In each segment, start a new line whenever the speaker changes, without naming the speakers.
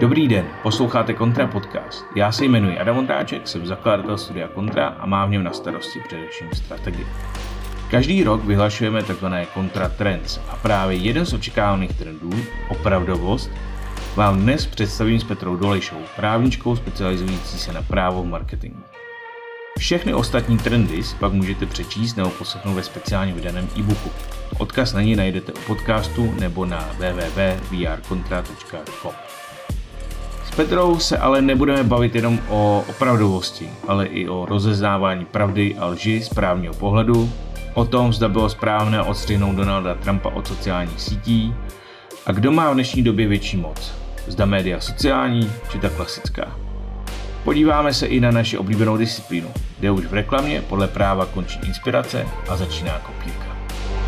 Dobrý den, posloucháte Kontra podcast. Já se jmenuji Adam Vondráček, jsem zakladatel studia Kontra a mám v něm na starosti především strategii. Každý rok vyhlašujeme tzv. Kontra Trends a právě jeden z očekávaných trendů, opravdovost, vám dnes představím s Petrou Dolejšou, právničkou specializující se na právo v marketingu. Všechny ostatní trendy si pak můžete přečíst nebo poslechnout ve speciálně vydaném e-booku. Odkaz na něj najdete u podcastu nebo na www.vrkontra.com. S Petrou se ale nebudeme bavit jenom o opravdovosti, ale i o rozeznávání pravdy a lži z právního pohledu, o tom, zda bylo správné odstřihnout Donalda Trumpa od sociálních sítí a kdo má v dnešní době větší moc, zda média sociální či ta klasická. Podíváme se i na naši oblíbenou disciplínu, kde už v reklamě podle práva končí inspirace a začíná kopírka.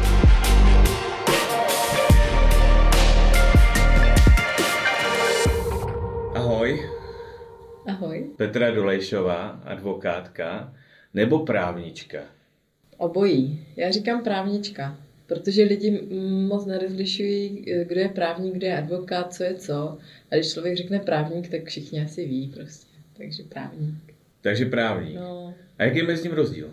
Ahoj.
Ahoj.
Petra Dolejšová, advokátka nebo právnička?
Obojí. Já říkám právnička, protože lidi moc nerozlišují, kdo je právník, kdo je advokát, co je co. A když člověk řekne právník, tak všichni asi ví prostě. Takže právník.
Takže právník.
No.
A jaký je mezi tím rozdíl?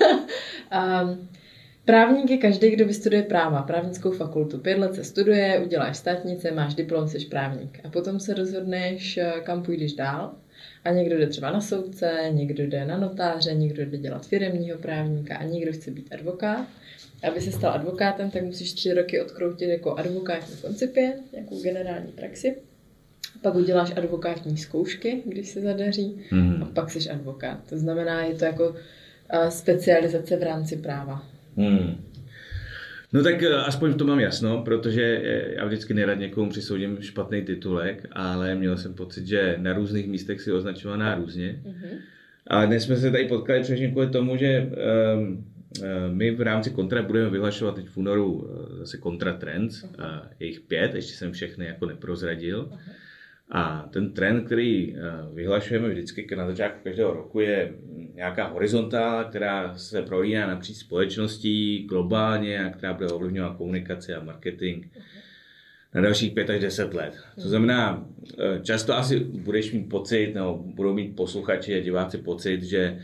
Právník je každý, kdo vystuduje práva, právnickou fakultu. 5 let se studuje, uděláš státnice, máš diplom, jsi právník. A potom se rozhodneš, kam půjdeš dál. A někdo jde třeba na soudce, někdo jde na notáře, někdo jde dělat firemního právníka a někdo chce být advokát. Aby se stal advokátem, tak musíš 3 roky odkroutit jako advokátní koncipient, nějakou generální praxi. Pak uděláš advokátní zkoušky, když se zadaří, a pak jsi advokát. To znamená, je to jako specializace v rámci práva.
No tak aspoň v tom mám jasno, protože já vždycky nerad někomu přisoudím špatný titulek, ale měl jsem pocit, že na různých místech si označovaná různě. A dnes jsme se tady potkali především kvůli tomu, že my v rámci Kontra budeme vyhlašovat teď v únoru zase Kontra Trends, jejich 5, ještě jsem všechny jako neprozradil. A ten trend, který vyhlašujeme vždycky na začátku každého roku, je nějaká horizontála, která se prolíná napříč společností globálně a která bude ovlivňovat komunikaci a marketing na dalších 5 až 10 let. To znamená, často asi budeš mít pocit, nebo budou mít posluchači a diváci pocit, že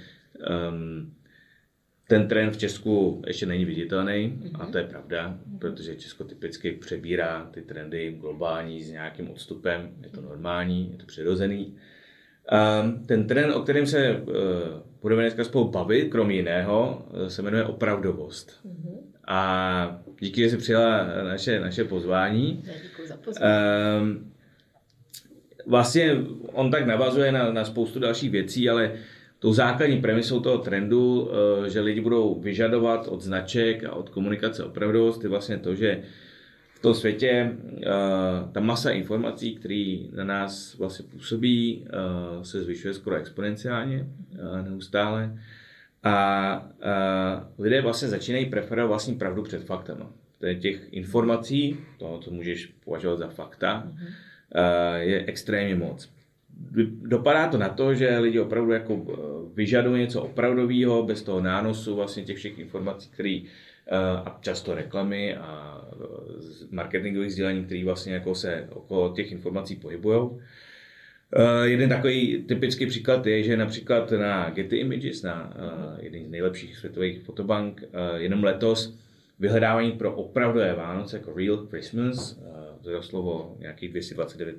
ten trend v Česku ještě není viditelný, a to je pravda, protože Česko typicky přebírá ty trendy globální s nějakým odstupem, je to normální, je to přirozený. Ten trend, o kterém se budeme dneska spolu bavit, krom jiného, se jmenuje opravdovost. A díky, že jsi přijala naše pozvání.
Děkuji za pozvání.
Vlastně on tak navazuje na spoustu dalších věcí, ale tou základní premisou toho trendu, že lidi budou vyžadovat od značek a od komunikace opravdovost, je vlastně to, že v tom světě ta masa informací, které na nás vlastně působí, se zvyšuje skoro exponenciálně neustále. A lidé vlastně začínají preferovat vlastní pravdu před faktama. Těch informací, to, co můžeš považovat za fakta, je extrémně moc. Dopadá to na to, že lidi opravdu jako vyžadují něco opravdového, bez toho nánosu vlastně těch všech informací, které a často reklamy a marketingových sdělení, které vlastně jako se okolo těch informací pohybujou. Jeden takový typický příklad je, že například na Getty Images, na jeden z nejlepších světových fotobank, jenom letos vyhledávání pro opravdové Vánoce jako Real Christmas vzrostlo o nějakých 229%.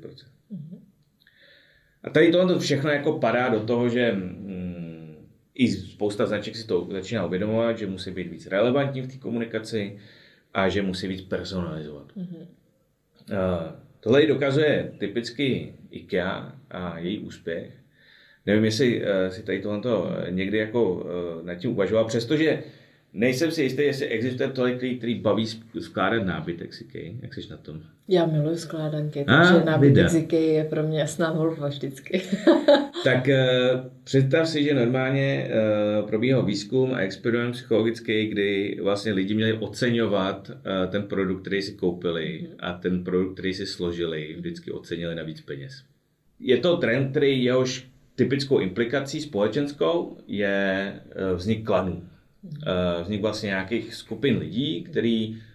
A tady tohle všechno jako padá do toho, že i spousta značek si to začíná uvědomovat, že musí být víc relevantní v té komunikaci a že musí víc personalizovat. Tohle dokazuje typicky IKEA a její úspěch. Nevím, jestli si tady tohle někdy jako nad tím uvažoval, přestože nejsem si jistý, jestli existuje tolik lidí, který baví skládat nábytek z IKEA. Jak jsi na tom?
Já miluji skládanky, takže nábytek z IKEA je pro mě jasná volba vždycky.
Tak představ si, že normálně probíhal výzkum a experiment psychologický, kdy vlastně lidi měli oceňovat ten produkt, který si koupili a ten produkt, který si složili, vždycky ocenili na víc peněz. Je to trend, který jehož typickou implikací společenskou je vznik klanů. Vznik vlastně nějakých skupin lidí, který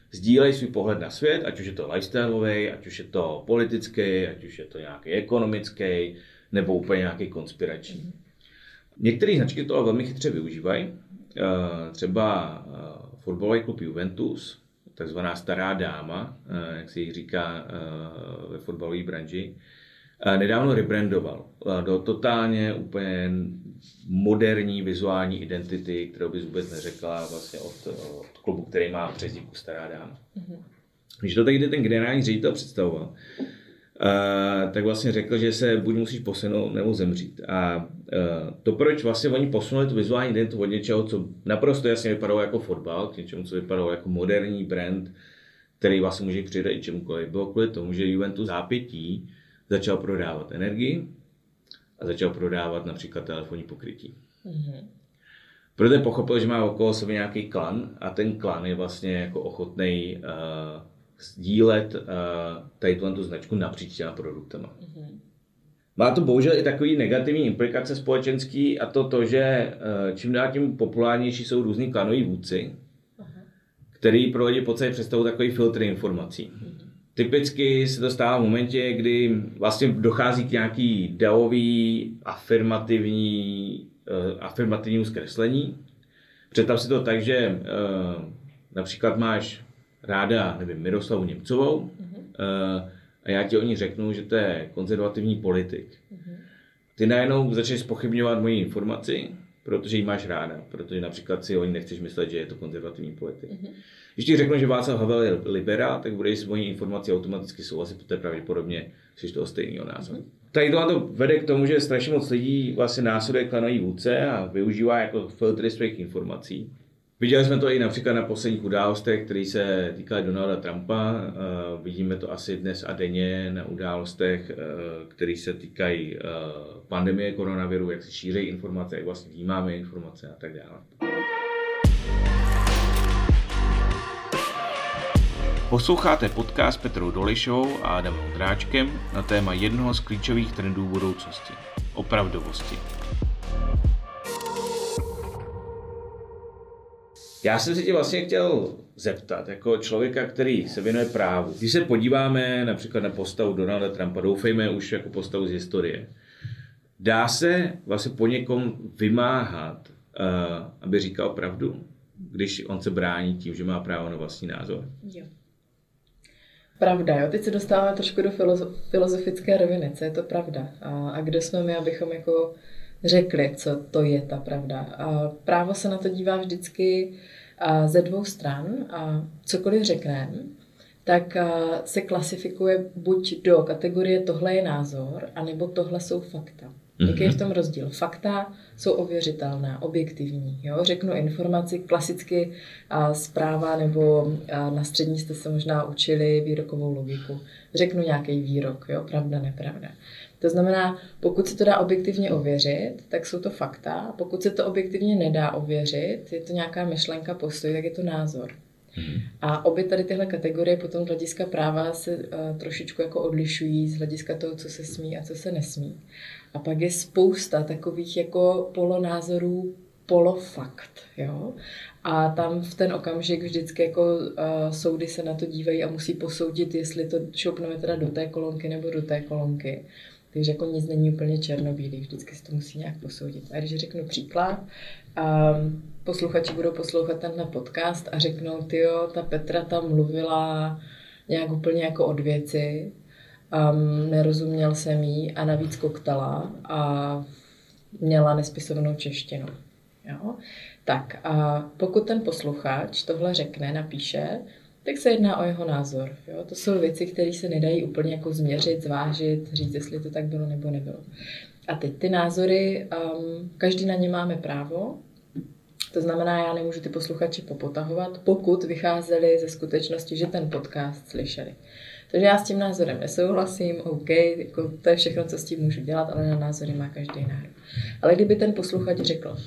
sdílejí svůj pohled na svět, ať už je to lifestyleový, ať už je to politický, ať už je to nějaký ekonomický, nebo úplně nějaký konspirační. Některé značky to velmi chytře využívají. Třeba fotbalový klub Juventus, takzvaná stará dáma, jak se jí říká ve fotbalové branži, nedávno rebrandoval do totálně úplně moderní vizuální identity, kterou bys vůbec neřekla vlastně od klubu, který má přezdívku stará dáma. Když to tehdy ten generální ředitel představoval, tak vlastně řekl, že se buď musíš posunout nebo zemřít. A to, proč vlastně oni posunuli tu vizuální identitu od něčeho, co naprosto jasně vypadalo jako fotbal, k něčemu, co vypadalo jako moderní brand, který vlastně může přidat i čemukoliv, bylo kvůli tomu, že Juventus zápětí začal prodávat energii a začal prodávat například telefonní pokrytí. Proto pochopil, že má okolo sebe nějaký klan a ten klan je vlastně jako ochotnej sdílet tady tu značku napříč těma produktama. Má to bohužel i takový negativní implikace společenský a to, že čím dál tím populárnější jsou různý klanový vůdci, který pro lidi v podstatě představují takový filtr informací. Typicky se to stává v momentě, kdy vlastně dochází k nějaký davový afirmativnímu zkreslení. Představ si to tak, že například máš ráda, nevím, Miroslavu Němcovou a já ti o ní řeknu, že to je konzervativní politik. Ty najednou začneš zpochybňovat moji informaci, protože ji máš ráda, protože například si o ní nechceš myslet, že je to konzervativní politik. Když ti řeknu, že Václav Havel je liberál, tak budeš s mojí informací automaticky souhlasit, protože pravděpodobně jsi toho stejného názoru. Tady to vede k tomu, že strašně moc lidí vlastně následuje klanový vůdce a využívá jako filtry svých informací. Viděli jsme to i například na posledních událostech, které se týkaly Donalda Trumpa. Vidíme to asi dnes a denně na událostech, které se týkají pandemie koronaviru, jak se šíří informace, jak vlastně vnímáme informace a tak dále. Posloucháte podcast Petrou Dolišovou a Adamem Ondráčkem na téma jednoho z klíčových trendů budoucnosti – opravdovosti. Já jsem se tě vlastně chtěl zeptat, jako člověka, který se věnuje právu. Když se podíváme například na postavu Donalda Trumpa, doufejme už jako postavu z historie, dá se vlastně po někom vymáhat, aby říkal pravdu, když on se brání tím, že má právo na vlastní názor?
Jo. Pravda, jo. Teď se dostáváme trošku do filozofické roviny, co je to pravda. A kdo jsme my, abychom jako řekli, co to je ta pravda. A právo se na to dívá vždycky ze dvou stran. A cokoliv řekneme, tak se klasifikuje buď do kategorie tohle je názor, anebo tohle jsou fakta. Jaký je v tom rozdíl? Fakta jsou ověřitelná, objektivní. Jo? Řeknu informaci, klasicky zpráva nebo na střední jste se možná učili výrokovou logiku. Řeknu nějaký výrok, jo? Pravda, nepravda. To znamená, pokud se to dá objektivně ověřit, tak jsou to fakta. A pokud se to objektivně nedá ověřit, je to nějaká myšlenka, postoj, tak je to názor. A obě tady tyhle kategorie potom z hlediska práva se trošičku jako odlišují z hlediska toho, co se smí a co se nesmí. A pak je spousta takových jako polonázorů, polofakt, jo. A tam v ten okamžik vždycky jako soudy se na to dívají a musí posoudit, jestli to šoupneme teda do té kolonky nebo do té kolonky. Takže jako nic není úplně černobílý, vždycky se to musí nějak posoudit. A když řeknu příklad, posluchači budou poslouchat tenhle podcast a řeknou, tyjo, ta Petra tam mluvila nějak úplně jako od věci, nerozuměl jsem jí a navíc koktala a měla nespisovnou češtinu. Jo? Tak a pokud ten posluchač tohle řekne, napíše, tak se jedná o jeho názor. Jo? To jsou věci, které se nedají úplně jako změřit, zvážit, říct, jestli to tak bylo nebo nebylo. A teď ty názory, každý na ně máme právo, to znamená, já nemůžu ty posluchače popotahovat, pokud vycházeli ze skutečnosti, že ten podcast slyšeli. Takže já s tím názorem nesouhlasím, OK, jako to je všechno, co s tím můžu dělat, ale na názory má každý nárok. Ale kdyby ten posluchač řekl,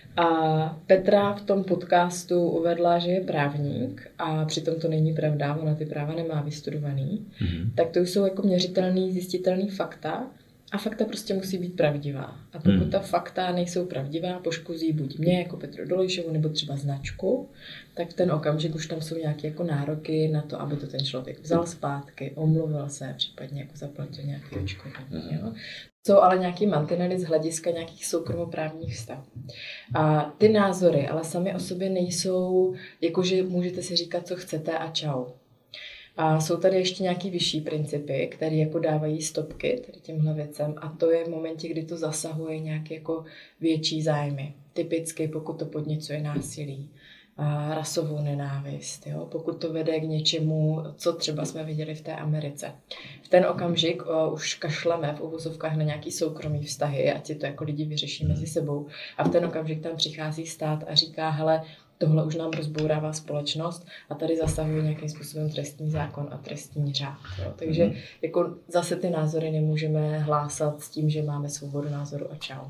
a Petra v tom podcastu uvedla, že je právník a přitom to není pravda, ona ty práva nemá vystudovaný, tak to už jsou jako měřitelný, zjistitelný fakta A fakta prostě musí být pravdivá. A pokud ta fakta nejsou pravdivá, poškozí buď mě jako Petru Dolejšovu, nebo třeba značku, tak v ten okamžik už tam jsou nějaké jako nároky na to, aby to ten člověk vzal zpátky, omluvil se, případně jako zaplatil nějaký odškodnění. Jsou ale nějaký mantinely z hlediska nějakých soukromoprávních vztahů. A ty názory ale sami o sobě nejsou, jakože můžete si říkat, co chcete a čau. A jsou tady ještě nějaký vyšší principy, které jako dávají stopky tady těmhle věcem, a to je v momentě, kdy to zasahuje nějaké jako větší zájmy. Typicky, pokud to podněcuje násilí, rasovou nenávist, jo? Pokud to vede k něčemu, co třeba jsme viděli v té Americe. V ten okamžik už kašleme v uvozovkách na nějaký soukromý vztahy, ať si to jako lidi vyřeší mezi sebou. A v ten okamžik tam přichází stát a říká, hele, tohle už nám rozbourává společnost a tady zasahuje nějakým způsobem trestní zákon a trestní řád. Jo? Takže jako zase ty názory nemůžeme hlásat s tím, že máme svobodu názoru a čau.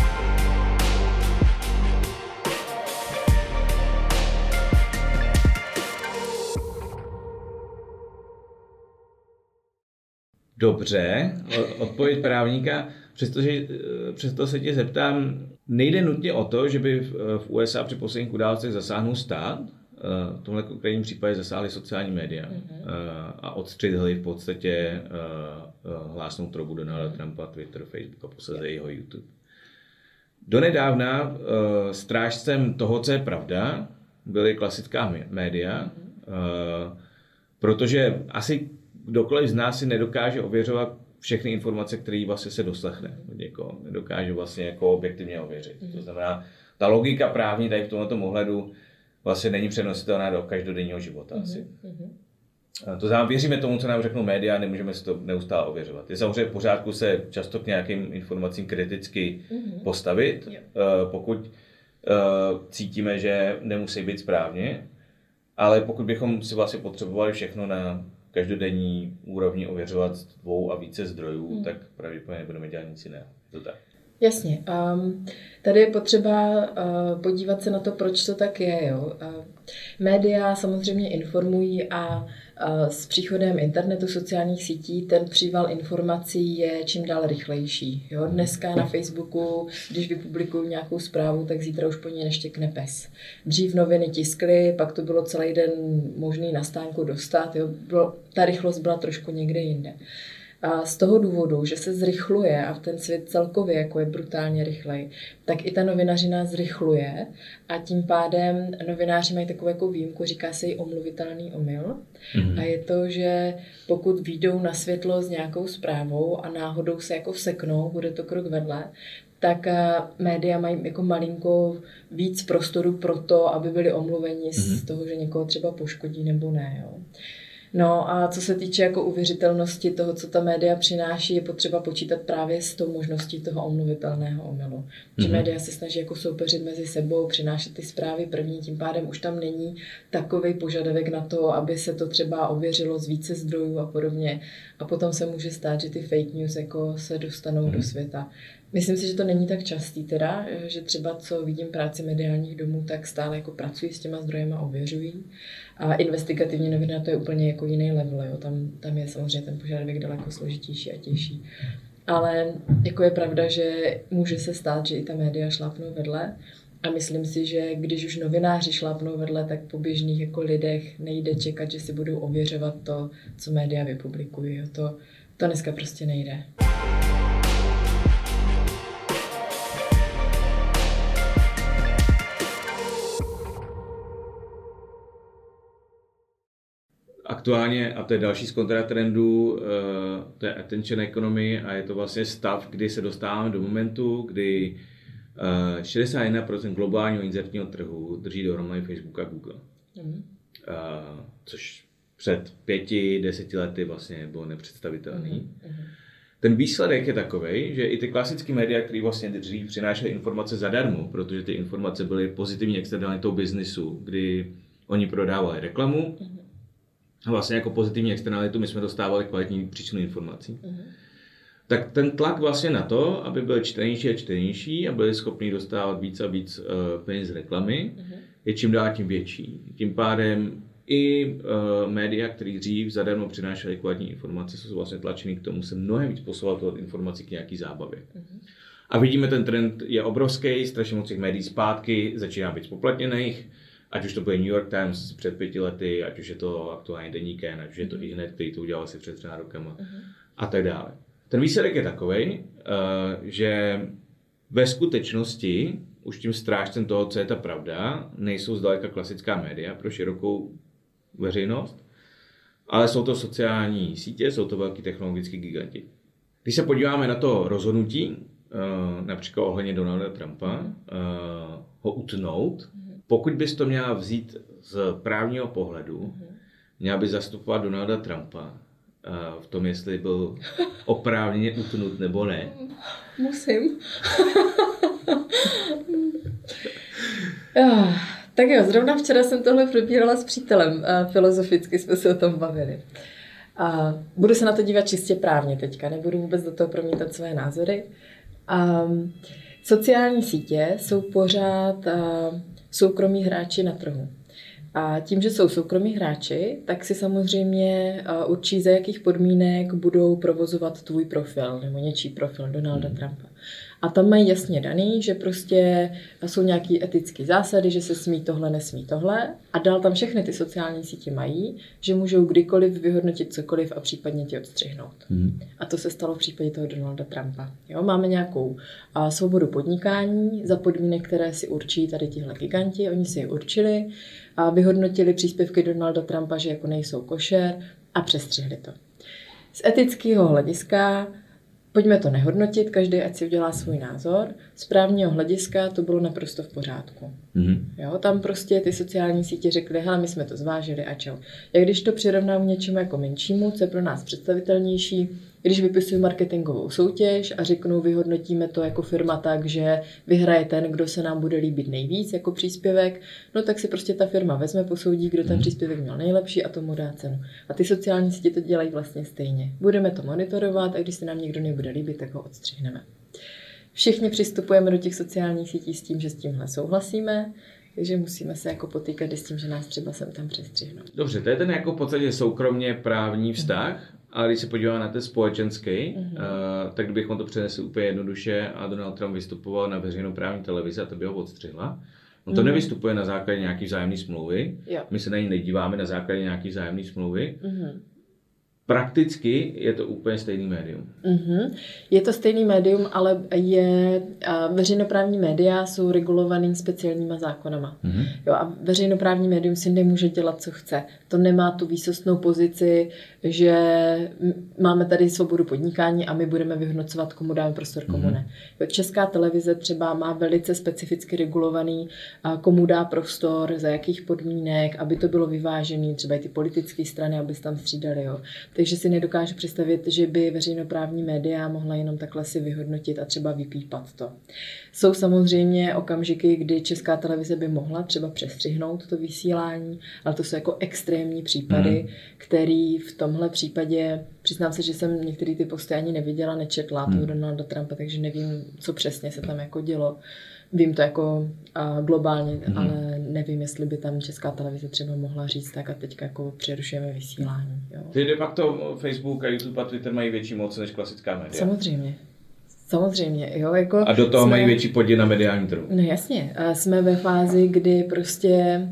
Dobře, odpověď právníka. Přesto se tě zeptám, nejde nutně o to, že by v USA při posledních událostech zasáhnul stát. V tomhle konkrétním případě zasáhly sociální média a odstřihli v podstatě hlásnou troubu Donalda Trumpa, Twitter, Facebook a posledně jeho YouTube. Donedávna strážcem toho, co je pravda, byly klasická média, protože asi kdokoliv z nás si nedokáže ověřovat všechny informace, které vlastně se doslechne. Někoho nedokáže vlastně jako objektivně ověřit. To znamená, ta logika právní tady v tomto ohledu vlastně není přenositelná do každodenního života asi. To znamená, věříme tomu, co nám řeknou média, nemůžeme si to neustále ověřovat. Je samozřejmě v pořádku se často k nějakým informacím kriticky postavit, pokud cítíme, že nemusí být správně, ale pokud bychom si vlastně potřebovali všechno na každodenní úrovni ověřovat z 2 a více zdrojů, tak pravděpodobně nebudeme dělat nic jiného. To tak.
Jasně. Tady je potřeba podívat se na to, proč to tak je. Jo? Média samozřejmě informují a s příchodem internetu, sociálních sítí, ten příval informací je čím dál rychlejší. Jo? Dneska na Facebooku, když vypublikuju nějakou zprávu, tak zítra už po ní neštěkne pes. Dřív noviny tiskly, pak to bylo celý den možný na stánku dostat. Jo? Ta rychlost byla trošku někde jinde. A z toho důvodu, že se zrychluje a ten svět celkově jako je brutálně rychlej, tak i ta novinařina zrychluje a tím pádem novináři mají takovou jako výjimku, říká se jí omluvitelný omyl. A je to, že pokud vyjdou na světlo s nějakou zprávou a náhodou se jako vseknou, bude to krok vedle, tak média mají jako malinko víc prostoru pro to, aby byli omluveni z toho, že někoho třeba poškodí nebo ne. Jo. No a co se týče jako uvěřitelnosti toho, co ta média přináší, je potřeba počítat právě s tou možností toho omluvitelného omylu. Že média se snaží jako soupeřit mezi sebou, přinášet ty zprávy první, tím pádem už tam není takový požadavek na to, aby se to třeba ověřilo z více zdrojů a podobně. A potom se může stát, že ty fake news jako se dostanou do světa. Myslím si, že to není tak častý teda, že třeba co vidím práci mediálních domů, tak stále jako pracují s těma zdrojema a ověřují. A investigativní novina to je úplně jako jiný level, jo. Tam je samozřejmě ten požadavek daleko složitější a těžší. Ale jako je pravda, že může se stát, že i ta média šlápnou vedle. A myslím si, že když už novináři šlápnou vedle, tak po běžných jako lidech nejde čekat, že si budou ověřovat to, co média vypublikují. Jo. To dneska prostě nejde.
Aktuálně, a to je další z kontratrendů, to je attention economy a je to vlastně stav, kdy se dostáváme do momentu, kdy 61% globálního inzertního trhu drží dohromady Facebook a Google. Což před 5-10 lety vlastně bylo nepředstavitelný. Ten výsledek je takovej, že i ty klasické média, které vlastně dřív přinášely informace zadarmo, protože ty informace byly pozitivní externalitou biznisu, kdy oni prodávali reklamu, a vlastně jako pozitivní externalitu my jsme dostávali kvalitní příčinu informací. Tak ten tlak vlastně na to, aby byl čtenější a čtenější a byli schopni dostávat víc a víc peněz z reklamy, je čím dál tím větší. Tím pádem i média, které dřív zadarmo přinášely kvalitní informace, jsou vlastně tlačený k tomu se mnohem víc posouvat od informací k nějaký zábavě. A vidíme, ten trend je obrovský, strašně moc těch médií zpátky začíná být spoplatněných, ať už to bude New York Times před 5 lety, ať už je to aktuální Deník N, ať už je to iHNED, který to udělal asi před 3 rokama a tak dále. Ten výsledek je takovej, že ve skutečnosti už tím strážcem toho, co je ta pravda, nejsou zdaleka klasická média pro širokou veřejnost, ale jsou to sociální sítě, jsou to velký technologický giganti. Když se podíváme na to rozhodnutí, například ohledně Donalda Trumpa, ho utnout, pokud bys to měla vzít z právního pohledu, měla by zastupovat Donalda Trumpa v tom, jestli byl oprávněně utnut nebo ne.
Musím. Tak jo, zrovna včera jsem tohle probírala s přítelem. Filozoficky jsme se o tom bavili. Budu se na to dívat čistě právně teďka, nebudu vůbec do toho promítat své názory. Sociální sítě jsou pořád soukromí hráči na trhu. A tím, že jsou soukromí hráči, tak si samozřejmě určí, za jakých podmínek budou provozovat tvůj profil nebo něčí profil Donalda Trumpa. A tam mají jasně daný, že prostě jsou nějaké etické zásady, že se smí tohle, nesmí tohle. A dál tam všechny ty sociální sítě mají, že můžou kdykoliv vyhodnotit cokoliv a případně tě odstřihnout. A to se stalo v případě toho Donalda Trumpa. Jo, máme nějakou svobodu podnikání za podmínek, které si určí tady tihle giganti. Oni si je určili a vyhodnotili příspěvky Donalda Trumpa, že jako nejsou košer a přestřihli to. Z etického hlediska pojďme to nehodnotit, každý ať si udělá svůj názor. Z právního hlediska to bylo naprosto v pořádku. Jo, tam prostě ty sociální sítě řekly, hele, my jsme to zvážili a čau. Jak když to přirovnám k něčemu jako menšímu, co je pro nás představitelnější, když vypisuju marketingovou soutěž a řeknu, vyhodnotíme to jako firma tak, že vyhraje ten, kdo se nám bude líbit nejvíc jako příspěvek, no tak si prostě ta firma vezme, posoudí, kdo ten příspěvek měl nejlepší a tomu dá cenu. A ty sociální sítě to dělají vlastně stejně. Budeme to monitorovat a když se nám někdo nebude líbit, tak ho odstřihneme. Všichni přistupujeme do těch sociálních sítí s tím, že s tímhle souhlasíme, takže musíme se jako potýkat s tím, že nás třeba sem tam přestřihnou.
Dobře, to je ten jako v podstatě soukromně právní vztah, ale když se podíváme na ten společenský, tak kdybychom to přenesli úplně jednoduše a Donald Trump vystupoval na veřejnoprávní televizi a to by ho odstřihla, no to nevystupuje na základě nějaký vzájemné smlouvy, my se na ní nedíváme na základě nějaký vzájemné smlouvy. Prakticky je to úplně stejný médium.
Je to stejný médium, ale veřejnoprávní média jsou regulovaný speciálníma zákonama. Jo, a veřejnoprávní médium si nemůže dělat, co chce. To nemá tu výsostnou pozici, že máme tady svobodu podnikání a my budeme vyhodnocovat, komu dáme prostor, komu ne. Jo, Česká televize třeba má velice specificky regulovaný, komu dá prostor, za jakých podmínek, aby to bylo vyvážené, třeba i ty politické strany, aby se tam střídali. Jo. Takže si nedokážu představit, že by veřejnoprávní média mohla jenom takhle si vyhodnotit a třeba vypípat to. Jsou samozřejmě okamžiky, kdy Česká televize by mohla třeba přestřihnout to vysílání, ale to jsou jako extrémní případy, který v tomhle případě, přiznám se, že jsem některé ty posty ani neviděla, nečetla toho Donalda Trumpa, takže nevím, co přesně se tam jako dělo. Vím to jako globálně, ale nevím, jestli by tam Česká televize třeba mohla říct tak a teďka jako přerušujeme vysílání. Jo.
Ty de facto Facebook a YouTube a Twitter mají větší moc než klasická média.
Samozřejmě, jo, jako
a do toho mají větší podíl na mediálním trhu.
No jasně, jsme ve fázi, kdy prostě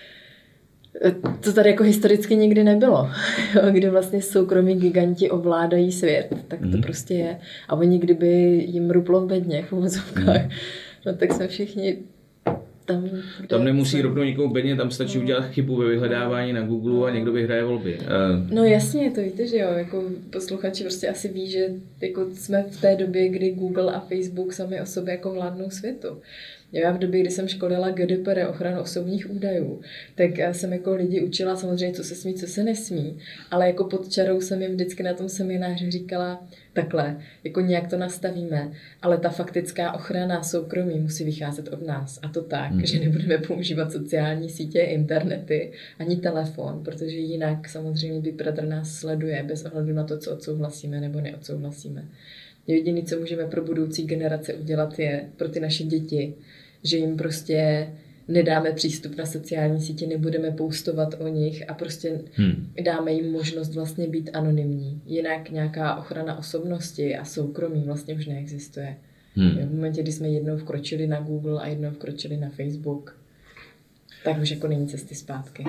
to tady jako historicky nikdy nebylo, kdy vlastně soukromí giganti ovládají svět, tak to prostě je. A oni kdyby jim ruplo v bedně v uvozovkách, no tak jsme všichni tam
nemusí rovnou nikomu bedně, tam stačí udělat chybu ve vyhledávání na Google a někdo vyhraje volby.
No jasně, to víte, že jo, jako posluchači prostě asi ví, že jako jsme v té době, kdy Google a Facebook sami o sobě jako vládnou světu. Já v době, kdy jsem školila GDPR, ochranu osobních údajů, tak jsem jako lidi učila samozřejmě, co se smí, co se nesmí, ale jako pod čarou jsem jim vždycky na tom semináři říkala takhle, jako nějak to nastavíme, ale ta faktická ochrana soukromí musí vycházet od nás a to tak, že nebudeme používat sociální sítě, internety, ani telefon, protože jinak samozřejmě Big Brother nás sleduje bez ohledu na to, co odsouhlasíme nebo neodsouhlasíme. Jediné, co můžeme pro budoucí generace udělat, je pro ty naše děti, že jim prostě nedáme přístup na sociální sítě, nebudeme postovat o nich a prostě dáme jim možnost vlastně být anonymní. Jinak nějaká ochrana osobnosti a soukromí vlastně už neexistuje. V momentě, kdy jsme jednou vkročili na Google a jednou vkročili na Facebook, tak už jako není cesty zpátky.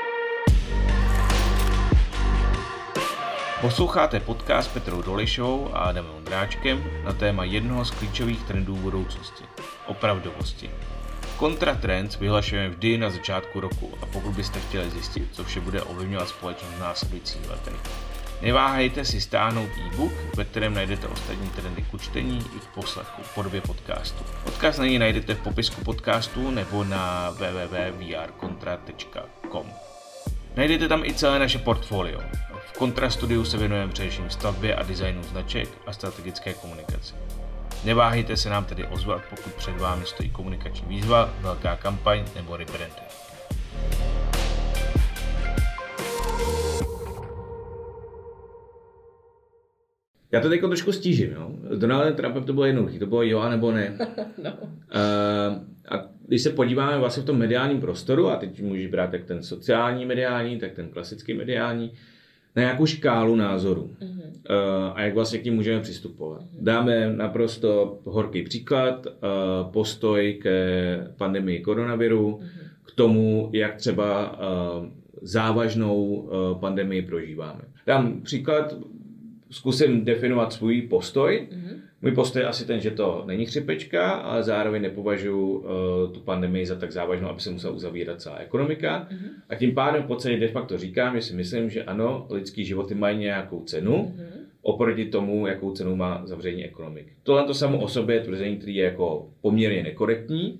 Posloucháte podcast Petrou Dolejšovou a Adamem Ondráčkem na téma jednoho z klíčových trendů budoucnosti – opravdovosti. Kontratrends vyhlašujeme vždy na začátku roku a pokud byste chtěli zjistit, co vše bude ovlivňovat společnost v následujících letech, neváhejte si stáhnout e-book, ve kterém najdete ostatní trendy k čtení i k poslechu v podobě podcastu. Podcast na něj najdete v popisku podcastu nebo na www.vrkontra.com. Najdete tam i celé naše portfolio. V Kontra Studiu se věnujeme především stavbě a designu značek a strategické komunikaci. Neváhejte se nám tedy ozvat, pokud před vámi stojí komunikační výzva, velká kampaň nebo rebranding. Já to teď trošku stížím. Jo? S Donaldem Trumpem to bylo jednoduché, to bylo jo a nebo ne.
No.
A když se podíváme vlastně v tom mediálním prostoru, a teď můžeš brát jak ten sociální mediální, tak ten klasický mediální, na nějakou škálu názorů a jak vlastně k tím můžeme přistupovat. Dáme naprosto horký příklad, postoj ke pandemii koronaviru, k tomu, jak třeba závažnou pandemii prožíváme. Dám příklad, zkusím definovat svůj postoj. Můj postoj je asi ten, že to není chřipečka, ale zároveň nepovažuji tu pandemii za tak závažnou, aby se musela uzavírat celá ekonomika. A tím pádem v podstatě de facto říkám, že si myslím, že ano, lidský životy mají nějakou cenu, oproti tomu, jakou cenu má zavření ekonomik. Tohle to samo o sobě je tvrzení, který je jako poměrně nekorektní.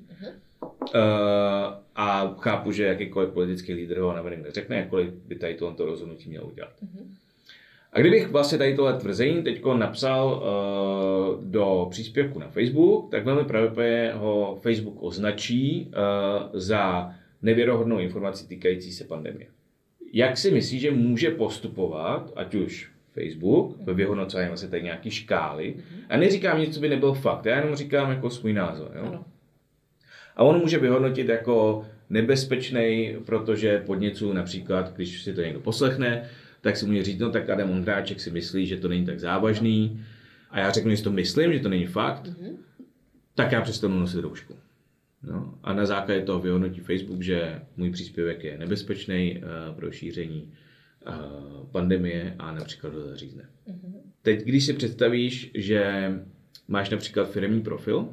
A chápu, že jakýkoliv politický lídr ho navenek neřekne, jakkoliv by tady tohle rozhodnutí měl udělat. A kdybych vlastně tady tohle tvrzení teďko napsal do příspěvku na Facebook, tak velmi pravděpodobně ho Facebook označí za nevěrohodnou informaci týkající se pandemie. Jak si myslíš, že může postupovat, ať už Facebook, ve vyhodnocování vlastně tady nějaký škály, a neříkám nic, co by nebyl fakt, já jenom říkám jako svůj názor. Jo? A on může vyhodnotit jako nebezpečný, protože podněcuje například, když si to někdo poslechne, tak si může říct, no tak Adam Ondráček si myslí, že to není tak závažný. A já řeknu, že to myslím, že to není fakt, tak já přestanu nosit roušku. No, a na základě toho vyhodnotí Facebook, že můj příspěvek je nebezpečný pro šíření pandemie a například ho zařízne. Teď, když si představíš, že máš například firemní profil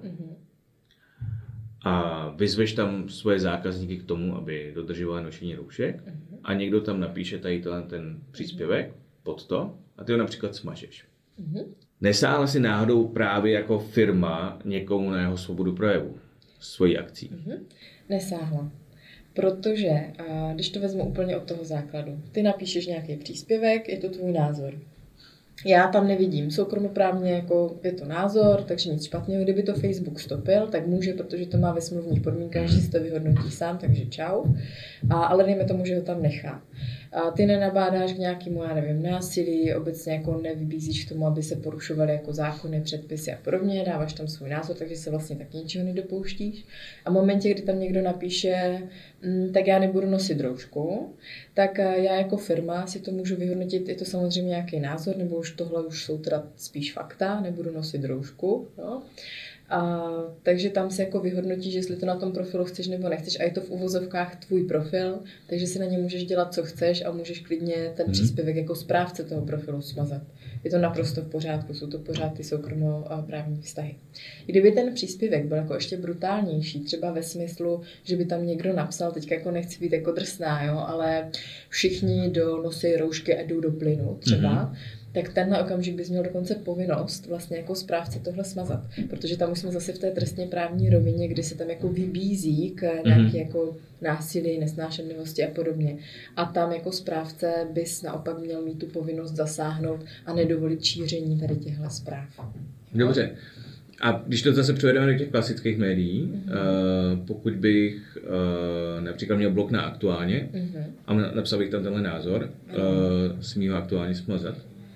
a vyzveš tam svoje zákazníky k tomu, aby dodržovali nošení roušek, a někdo tam napíše tady ten příspěvek pod to a ty ho například smažeš. Nesáhla si náhodou právě jako firma někomu na jeho svobodu projevu svojí akcí?
Nesáhla. Protože, když to vezmu úplně od toho základu, ty napíšeš nějaký příspěvek, je to tvůj názor. Já tam nevidím soukromoprávně, jako je to názor, takže nic špatného. Kdyby to Facebook stopil, tak může, protože to má ve smluvních podmínkách, že si to vyhodnotí sám, takže čau. Ale dejme tomu, že ho tam nechá. A ty nenabádáš k nějakému, já nevím, násilí, obecně jako nevybízíš k tomu, aby se porušovaly jako zákony, předpisy a podobně, dáváš tam svůj názor, takže se vlastně tak ničeho nedopouštíš. A v momentě, kdy tam někdo napíše, tak já nebudu nosit roušku, tak já jako firma si to můžu vyhodnotit, je to samozřejmě nějaký názor, nebo už tohle už jsou teda spíš fakta, nebudu nosit roušku, jo. Takže tam se jako vyhodnotíš, jestli to na tom profilu chceš nebo nechceš a je to v uvozovkách tvůj profil, takže si na ně můžeš dělat, co chceš a můžeš klidně ten příspěvek jako správce toho profilu smazat. Je to naprosto v pořádku, jsou to pořád ty soukromoprávní vztahy. Kdyby ten příspěvek byl jako ještě brutálnější, třeba ve smyslu, že by tam někdo napsal, teďka jako nechci být jako drsná, jo, ale všichni nosí roušky a jdou do plynu třeba, tak tenhle okamžik bys měl dokonce povinnost vlastně jako správce tohle smazat, protože tam už jsme zase v té trestně právní rovině, kdy se tam jako vybízí k nějaké jako násilí, nesnášenlivosti a podobně. A tam jako správce bys naopak měl mít tu povinnost zasáhnout a nedovolit šíření tady těchto zpráv.
Dobře. A když to zase převedeme do těch klasických médií, pokud bych například měl blog na Aktuálně a napsal bych tam tenhle názor, smím ho aktuálně smazat?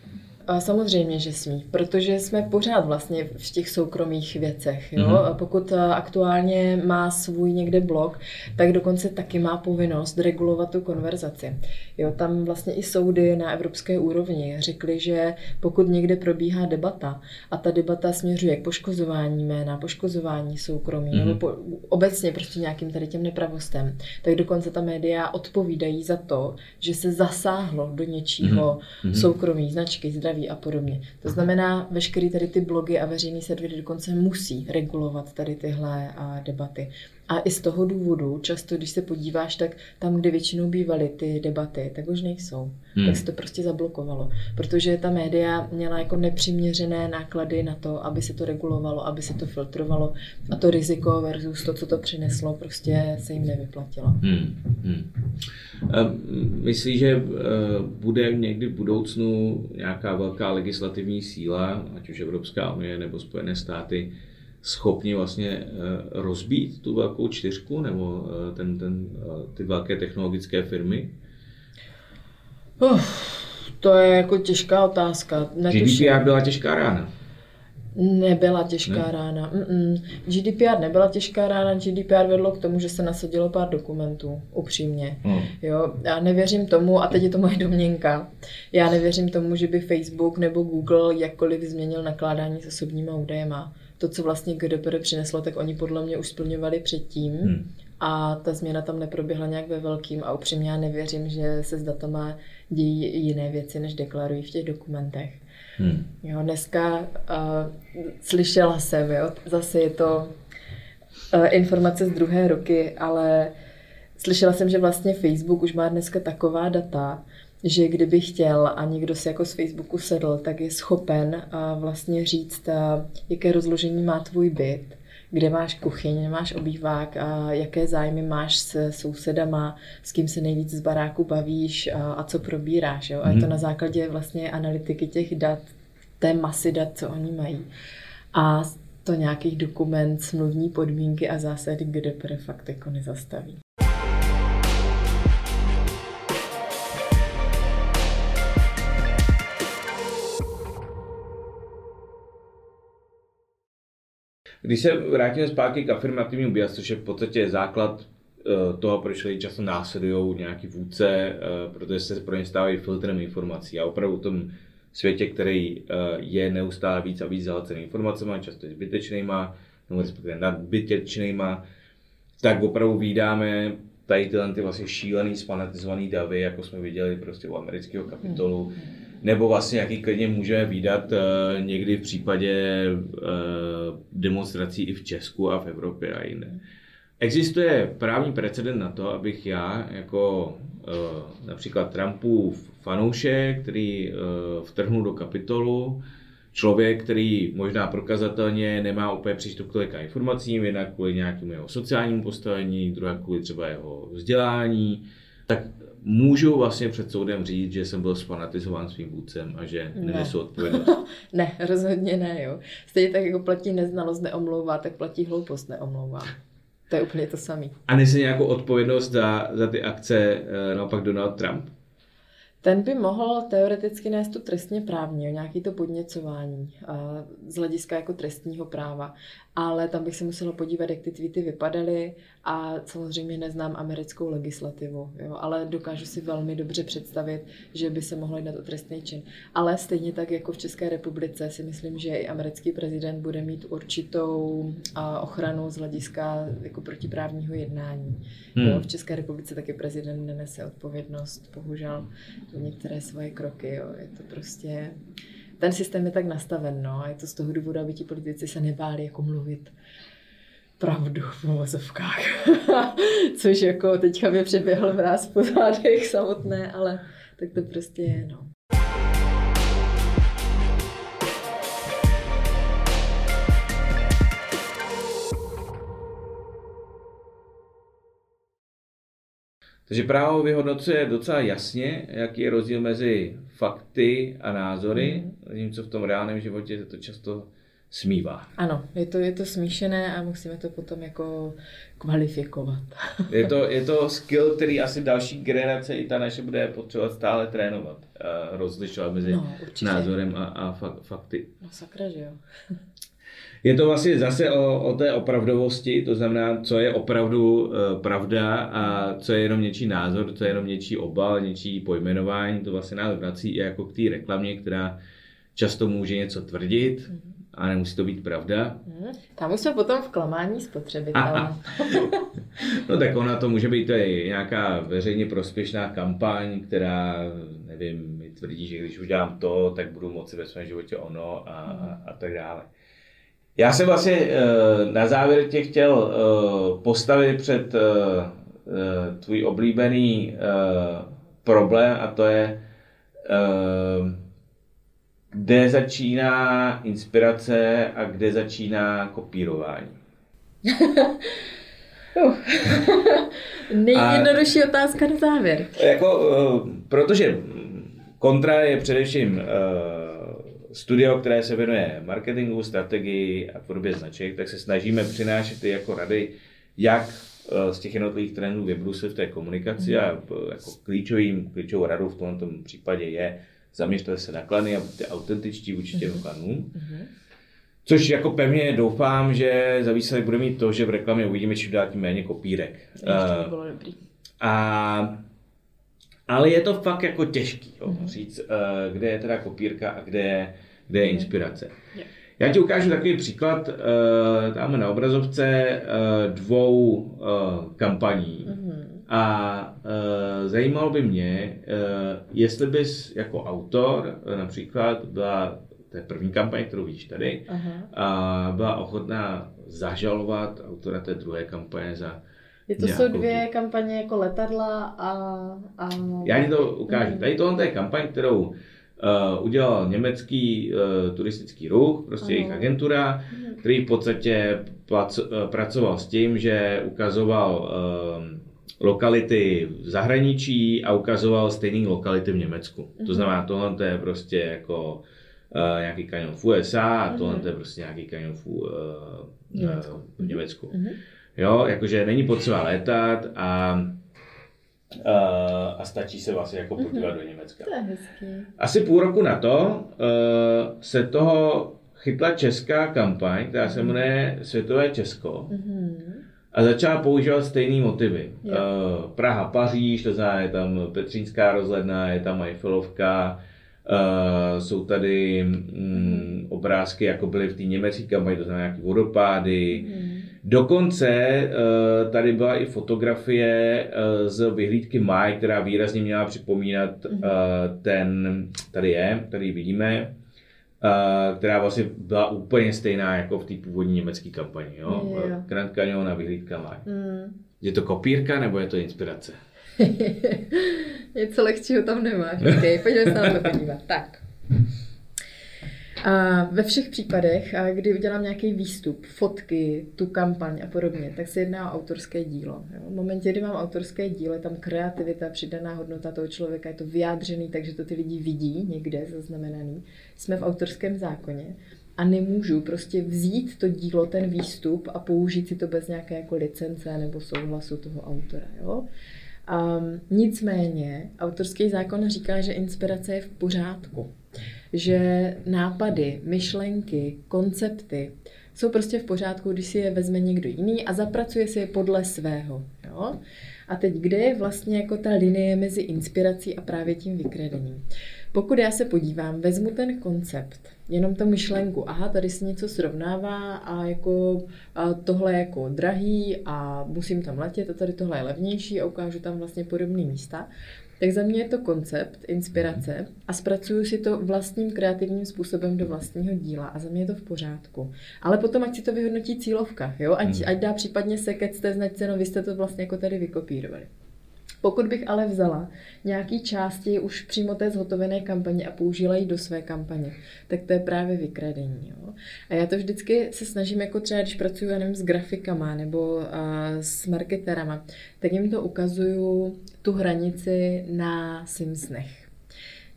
Samozřejmě, že smí, protože jsme pořád vlastně v těch soukromých věcech. Jo? Pokud aktuálně má svůj někde blog, tak dokonce taky má povinnost regulovat tu konverzaci. Jo? Tam vlastně i soudy na evropské úrovni řekly, že pokud někde probíhá debata a ta debata směřuje k poškozování jména, poškozování soukromí, nebo obecně prostě nějakým tady těm nepravostem, tak dokonce ta média odpovídají za to, že se zasáhlo do něčího soukromí, značky, zdraví a podobně. To znamená, veškerý tady ty blogy a veřejný servery dokonce musí regulovat tady tyhle debaty. A i z toho důvodu, často, když se podíváš, tak tam, kde většinou bývaly ty debaty, tak už nejsou. Tak se to prostě zablokovalo. Protože ta média měla jako nepřiměřené náklady na to, aby se to regulovalo, aby se to filtrovalo. A to riziko versus to, co to přineslo, prostě se jim nevyplatilo.
Myslíš, že bude někdy v budoucnu nějaká velká legislativní síla, ať už Evropská unie nebo Spojené státy, schopni vlastně rozbít tu velkou čtyřku nebo ty velké technologické firmy?
To je jako těžká otázka.
GDPR byla těžká rána.
Nebyla těžká rána. GDPR nebyla těžká rána, GDPR vedlo k tomu, že se nasadilo pár dokumentů, upřímně. Jo, já nevěřím tomu, a teď je to moje domněnka, já nevěřím tomu, že by Facebook nebo Google jakkoliv změnil nakládání s osobníma údajema. To, co vlastně GDPR přineslo, tak oni podle mě už splňovali předtím a ta změna tam neproběhla nějak ve velkým a upřímně já nevěřím, že se s datama dějí jiné věci, než deklarují v těch dokumentech. Jo, dneska slyšela jsem, jo, zase je to informace z druhé ruky, ale slyšela jsem, že vlastně Facebook už má dneska taková data, že kdyby chtěl a někdo si jako z Facebooku sedl, tak je schopen vlastně říct, jaké rozložení má tvůj byt, kde máš kuchyň, máš obývák a jaké zájmy máš s sousedama, s kým se nejvíc z baráku bavíš a co probíráš. Jo? A je to na základě vlastně analytiky těch dat, té masy dat, co oni mají. A to nějakých dokument, smluvní podmínky a zásady GDPR fakt jako nezastaví.
Když se vrátíme zpátky k afirmativnímu bias, což je v podstatě základ toho, proč lidi často následují nějaký vůdce, protože se pro ně stávají filtrem informací. A opravdu v tom světě, který je neustále víc a víc zahlcený informacemi, často zbytečnýma, nebo respektive nadbytečnýma, tak opravdu vídáme tady ty vlastně šílený, sfanatizovaný davy, jako jsme viděli prostě u amerického Kapitolu, nebo vlastně jaký klidně můžeme vídat někdy v případě demonstrací i v Česku a v Evropě a jinde. Existuje právní precedent na to, abych já jako například Trumpův fanoušek, který vtrhnul do Kapitolu, člověk, který možná prokazatelně nemá úplně přístup k tolika informacím, jednak kvůli nějakému jeho sociálnímu postavení, druhá kvůli třeba jeho vzdělání, tak můžu vlastně před soudem říct, že jsem byl sfanatizován svým vůdcem a že nenesu odpovědnost.
Ne, rozhodně ne, jo. Stejně tak jako platí neznalost neomlouvá, tak platí hloupost neomlouvá. To je úplně to samé.
A nese nějakou odpovědnost za ty akce naopak Donald Trump?
Ten by mohl teoreticky nést to trestně právně, nějaký to podněcování z hlediska jako trestního práva. Ale tam bych se musela podívat, jak ty tweety vypadaly a samozřejmě neznám americkou legislativu, jo, ale dokážu si velmi dobře představit, že by se mohlo jednat o trestný čin. Ale stejně tak jako v České republice si myslím, že i americký prezident bude mít určitou ochranu z hlediska jako protiprávního jednání. Jo, v České republice taky prezident nenese odpovědnost, bohužel, za některé svoje kroky. Jo. Je to prostě... Ten systém je tak nastaven, no, a je to z toho důvodu, aby ti politici se nebáli jako mluvit pravdu v uvozovkách. Což jako teďka mi přeběhl mráz po zádech samotné, ale tak to prostě je, no.
Takže právo vyhodnocuje docela jasně, jaký je rozdíl mezi fakty a názory, zatímco v tom reálném životě se to často smívá.
Ano, je to smíšené a musíme to potom jako kvalifikovat.
Je to skill, který asi další generace i ta naše bude potřebovat stále trénovat. Rozlišovat mezi názorem a fakty.
No sakra, že jo.
Je to vlastně zase o té opravdovosti, to znamená, co je opravdu pravda a co je jenom něčí názor, co je jenom něčí obal, něčí pojmenování. To vlastně nás vrací i jako k té reklamě, která často může něco tvrdit a nemusí to být pravda.
Tam už jsme potom v klamání spotřebitele.
No tak ona to může být nějaká veřejně prospěšná kampaň, která, nevím, mi tvrdí, že když udělám to, tak budu moci ve svém životě ono a tak dále. Já jsem vlastně na závěr tě chtěl postavit před tvůj oblíbený problém a to je, kde začíná inspirace a kde začíná kopírování.
Nejjednodušší otázka na závěr.
Protože Kontra je především studio, které se věnuje marketingu, strategii a tvorbě značek, tak se snažíme přinášet i jako rady, jak z těch jednotlivých trendů vybruslit v té komunikaci a jako klíčovou radou v tomto případě je zaměřte se na klany a buďte autentičtí vůči těm klanům. Což jako pevně doufám, že za výsledek bude mít to, že v reklamě uvidíme čím dál tím méně kopírek.
To bylo dobrý.
Ale je to fakt jako těžký říct, kde je teda kopírka a kde je inspirace. Já ti ukážu takový příklad, tam na obrazovce 2 kampaní. A zajímalo by mě, jestli bys jako autor například byla, to je první kampaň, kterou vidíš tady, a byla ochotná zažalovat autora té druhé kampaně za
to jsou 2 kampaně jako letadla a...
Já ti to ukážu. Tady tohle je kampaň, kterou udělal německý turistický ruch, prostě jejich agentura, který v podstatě pracoval s tím, že ukazoval lokality v zahraničí a ukazoval stejné lokality v Německu. To znamená, tohle je prostě jako nějaký kanion v USA a tohle je prostě nějaký kanion v Německu. Jo, jakože není potřeba létat a stačí se vlastně jako podívat do Německa.
To je hezký.
Asi půl roku na to se toho chytla česká kampaň, která se jmenuje Světové Česko. A začala používat stejné motivy. Praha, Paříž, to znamená, je tam Petřínská rozhledna, je tam Eiffelovka, jsou tady obrázky, jako byly v té německé kampani, to znamená nějaké vodopády. Dokonce tady byla i fotografie z vyhlídky Máj, která výrazně měla připomínat tady vidíme, která vlastně byla úplně stejná jako v té původní německé kampani. Grand Canyon a vyhlídka Máj. Je to kopírka nebo je to inspirace?
Něco lehčího tam nemáš. Okay, pojďme se na to podívat. Tak. A ve všech případech, kdy udělám nějaký výstup, fotky, tu kampaň a podobně, tak se jedná o autorské dílo. V momentě, kdy mám autorské dílo, je tam kreativita, přidaná hodnota toho člověka, je to vyjádřený, takže to ty lidi vidí někde zaznamenaný. Jsme v autorském zákoně a nemůžu prostě vzít to dílo, ten výstup a použít si to bez nějaké jako licence nebo souhlasu toho autora. Jo? Nicméně autorský zákon říká, že inspirace je v pořádku. Že nápady, myšlenky, koncepty jsou prostě v pořádku, když si je vezme někdo jiný a zapracuje si je podle svého. Jo? A teď, kde je vlastně jako ta linie mezi inspirací a právě tím vykredením? Pokud já se podívám, vezmu ten koncept, jenom tu myšlenku, aha, tady se něco srovnává a tohle je jako drahý a musím tam letět a tady tohle je levnější a ukážu tam vlastně podobné místa, tak za mě je to koncept, inspirace a zpracuju si to vlastním kreativním způsobem do vlastního díla a za mě je to v pořádku. Ale potom ať si to vyhodnotí cílovka, jo? Ať dá případně seket z té značce, no vy jste to vlastně jako tady vykopírovali. Pokud bych ale vzala nějaký části už přímo té zhotovené kampaně a použila ji do své kampaně, tak to je právě vykradení. Jo? A já to vždycky se snažím, jako třeba když pracuji, já nevím, s grafikama nebo s marketerama, tak jim to ukazuju tu hranici na Simpsonech.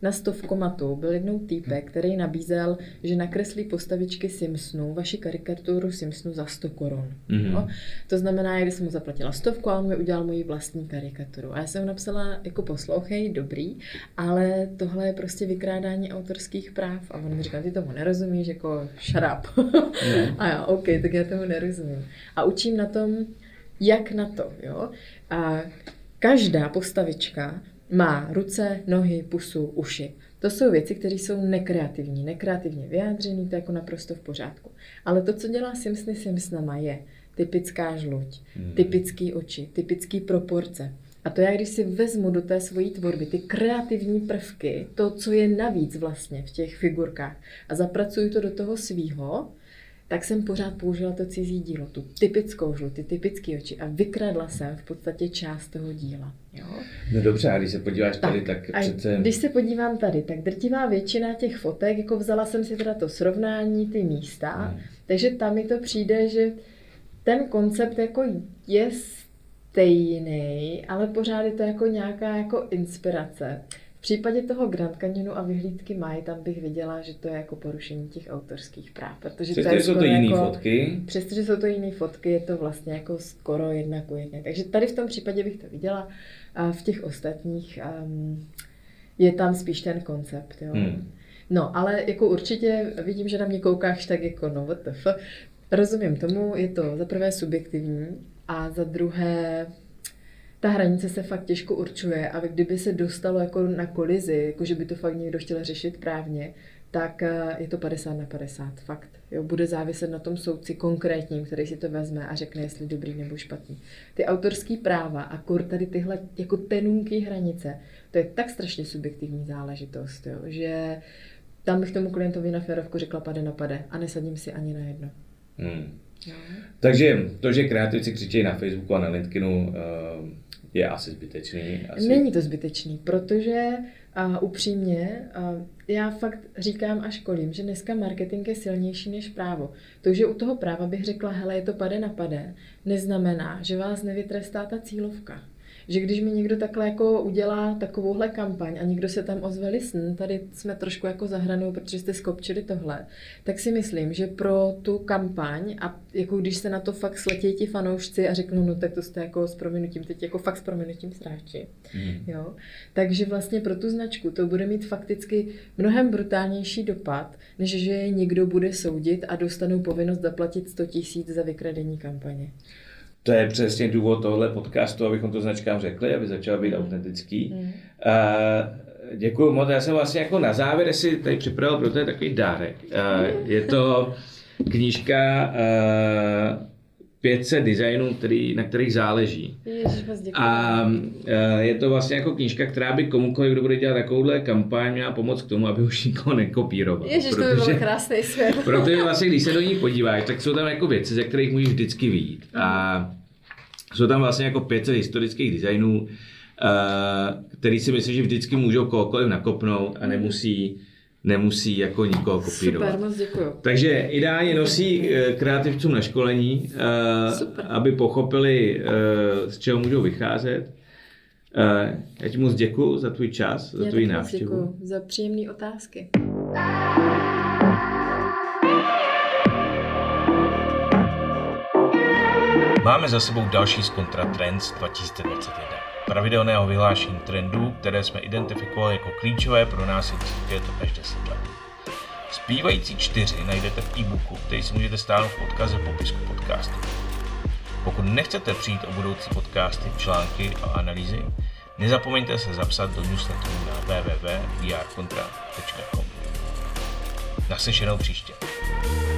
na 100 komatu byl jednou týpek, který nabízel, že nakreslí postavičky Simpsonů, vaši karikaturu Simpsonů za 100 korun. No? To znamená, když jsem mu zaplatila 100 a on mi udělal moji vlastní karikaturu. A já jsem mu napsala, jako poslouchej, dobrý, ale tohle je prostě vykrádání autorských práv. A on mi říkal, ty tomu nerozumíš, jako shut up. A já, OK, tak já tomu nerozumím. A učím na tom, jak na to, jo. A každá postavička má ruce, nohy, pusu, uši. To jsou věci, které jsou nekreativně vyjádřený, to je jako naprosto v pořádku. Ale to, co dělá Simpsony Simpsonama, je typická žluť, typický oči, typický proporce. A to já, když si vezmu do té svojí tvorby ty kreativní prvky, to, co je navíc vlastně v těch figurkách a zapracuju to do toho svýho, tak jsem pořád použila to cizí dílo, tu typickou žluť, ty typické oči a vykradla jsem v podstatě část toho díla. Jo?
No dobře, a když se podíváš tady, tak přece...
Když se podívám tady, tak drtivá většina těch fotek, jako vzala jsem si teda to srovnání, ty místa, takže tam mi to přijde, že ten koncept jako je stejný, ale pořád je to jako nějaká jako inspirace. V případě toho Grand Canyonu a vyhlídky Maj, tam bych viděla, že to je jako porušení těch autorských práv.
Přestože jsou to jiné fotky.
Přestože jsou to jiné fotky, je to vlastně jako skoro 1:1. Takže tady v tom případě bych to viděla a v těch ostatních je tam spíš ten koncept. Jo. No, ale jako určitě vidím, že na mě koukáš tak jako no WTF. Rozumím tomu, je to za prvé subjektivní a za druhé ta hranice se fakt těžko určuje a kdyby se dostalo jako na kolizi, jako že by to fakt někdo chtěl řešit právně, tak je to 50/50, fakt. Jo, bude záviset na tom soudci konkrétním, který si to vezme a řekne, jestli dobrý nebo špatný. Ty autorský práva a tady tyhle jako tenunký hranice, to je tak strašně subjektivní záležitost, jo, že tam bych tomu klientovi na férovku řekla pade a nesadím si ani na jedno.
Jo. Takže to, že kreativci křičejí na Facebooku a na LinkedInu, je asi zbytečný.
Není to zbytečný, protože upřímně já fakt říkám a školím, že dneska marketing je silnější než právo. To, že u toho práva bych řekla, hele, je to pade, neznamená, že vás nevytrestá ta cílovka. Že když mi někdo takhle jako udělá takovouhle kampaň a někdo se tam ozve, listen, tady jsme trošku jako za hranou, protože jste skopčili tohle, tak si myslím, že pro tu kampaň a jako když se na to fakt sletějí ti fanoušci a řeknou, no tak to jste jako s prominutím, teď jako fakt s prominutím sráči. Jo? Takže vlastně pro tu značku to bude mít fakticky mnohem brutálnější dopad, než že je někdo bude soudit a dostanou povinnost zaplatit 100 000 za vykradení kampaně.
To je přesně důvod tohle podcastu, abychom to značkám řekli, aby začal být autentický. Děkuju moc. Já jsem vlastně jako na závěr si tady připravil pro to je takový dárek. Je to knížka 500 designů, na kterých záleží. A je to vlastně jako knížka, která by komukoliv, kdo bude dělat takovouhle kampaň, měla pomoct k tomu, aby už nikoho nekopíroval.
Ježiš, to by byl krásný svět.
Protože vlastně, když se do ní podíváš, tak jsou tam jako věci, ze kterých můžeš vždycky vyjít. A jsou tam vlastně jako 500 historických designů, který si myslím, že vždycky můžou kohokoliv nakopnout a nemusí jako nikoho kopírovat.
Super, moc děkuju.
Takže ideálně nosí kreativcům na školení, aby pochopili, z čeho můžou vycházet. Já ti moc děkuju za tvůj čas, za tvůj návštěvu.
Děkuju za příjemné otázky.
Máme za sebou další z Contra Trends 2021. Pravidelného vyhlášení trendů, které jsme identifikovali jako klíčové pro následujících 5 až 10 let. Zbývající 4 najdete v e-booku, který si můžete stáhnout v odkaze v popisku podcastu. Pokud nechcete přijít o budoucí podcasty, články a analýzy, nezapomeňte se zapsat do newsletteru na www.vrcontra.com. Naslyšenou příště.